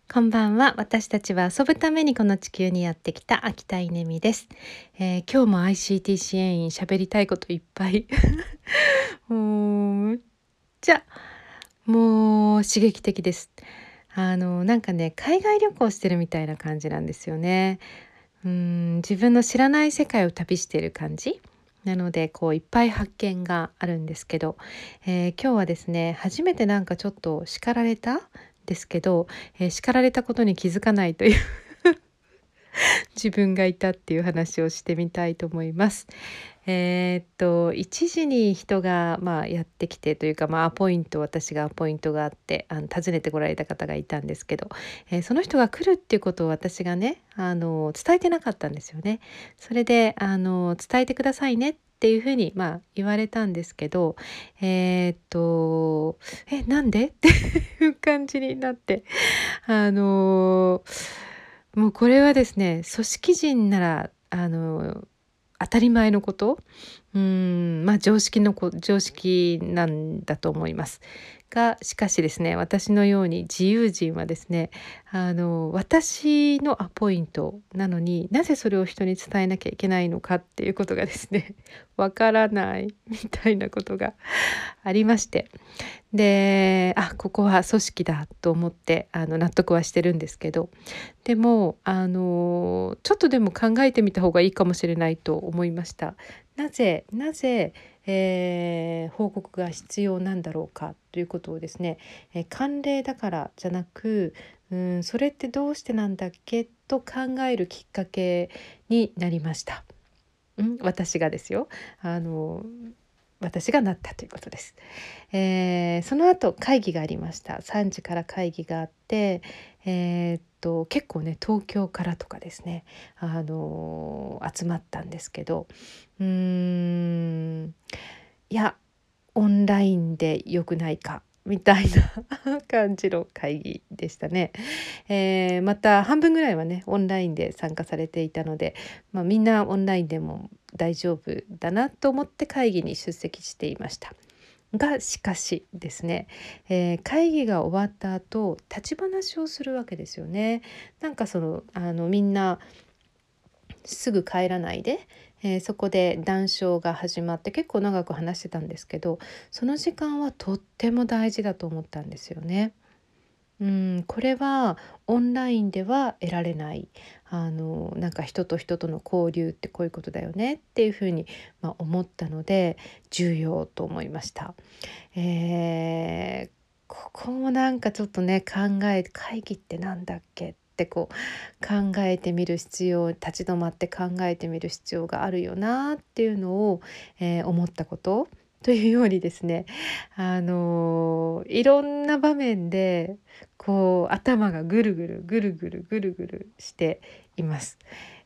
こんばんは。私たちは遊ぶためにこの地球にやってきた秋田稲美です。今日も ICT 支援員喋りたいこといっぱいもうむっちゃもう刺激的です。なんかね、海外旅行してるみたいな感じなんですよね。自分の知らない世界を旅している感じなので、こういっぱい発見があるんですけど、今日はですね、初めてなんかちょっと叱られたですけど、叱られたことに気づかないという自分がいたっていう話をしてみたいと思います。1時に人が、やってきてというか、私がアポイントがあって訪ねてこられた方がいたんですけど、その人が来るっていうことを私がね伝えてなかったんですよね。それで伝えてくださいねっていうふうに、言われたんですけど、なんでっていう感じになって、もうこれはですね、組織人なら当たり前のこと、常識なんだと思いますが、しかしですね、私のように自由人はですね、私のアポイントなのになぜそれを人に伝えなきゃいけないのかっていうことがですねわからないみたいなことがありまして、で、ここは組織だと思って納得はしてるんですけど、でもちょっとでも考えてみた方がいいかもしれないと思いました。なぜ、報告が必要なんだろうかということをですね、慣例だからじゃなく、それってどうしてなんだっけと考えるきっかけになりました。私がですよ。私がなったということです。その後会議がありました。3時から会議があって、結構ね東京からとかですね、集まったんですけど、いやオンラインで良くないかみたいな感じの会議でしたね。また半分ぐらいはねオンラインで参加されていたので、みんなオンラインでも大丈夫だなと思って会議に出席していました。がしかしですね、会議が終わった後立ち話をするわけですよね。なんかみんなすぐ帰らないで、そこで談笑が始まって結構長く話してたんですけど、その時間はとっても大事だと思ったんですよね。これはオンラインでは得られないなんか人と人との交流ってこういうことだよねっていうふうに、思ったので重要と思いました。ここもなんかちょっとね会議ってなんだっけってこう考えてみる必要、立ち止まって考えてみる必要があるよなっていうのを、思ったことというようにですね、いろんな場面でこう頭がぐるぐるぐるぐるぐるぐるしています。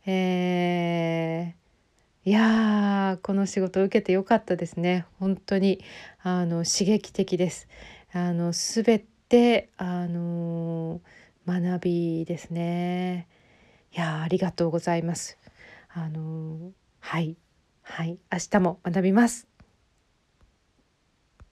いやこの仕事を受けてよかったですね。本当に刺激的です。全て学びですね。いやありがとうございます。はいはい、明日も学びます。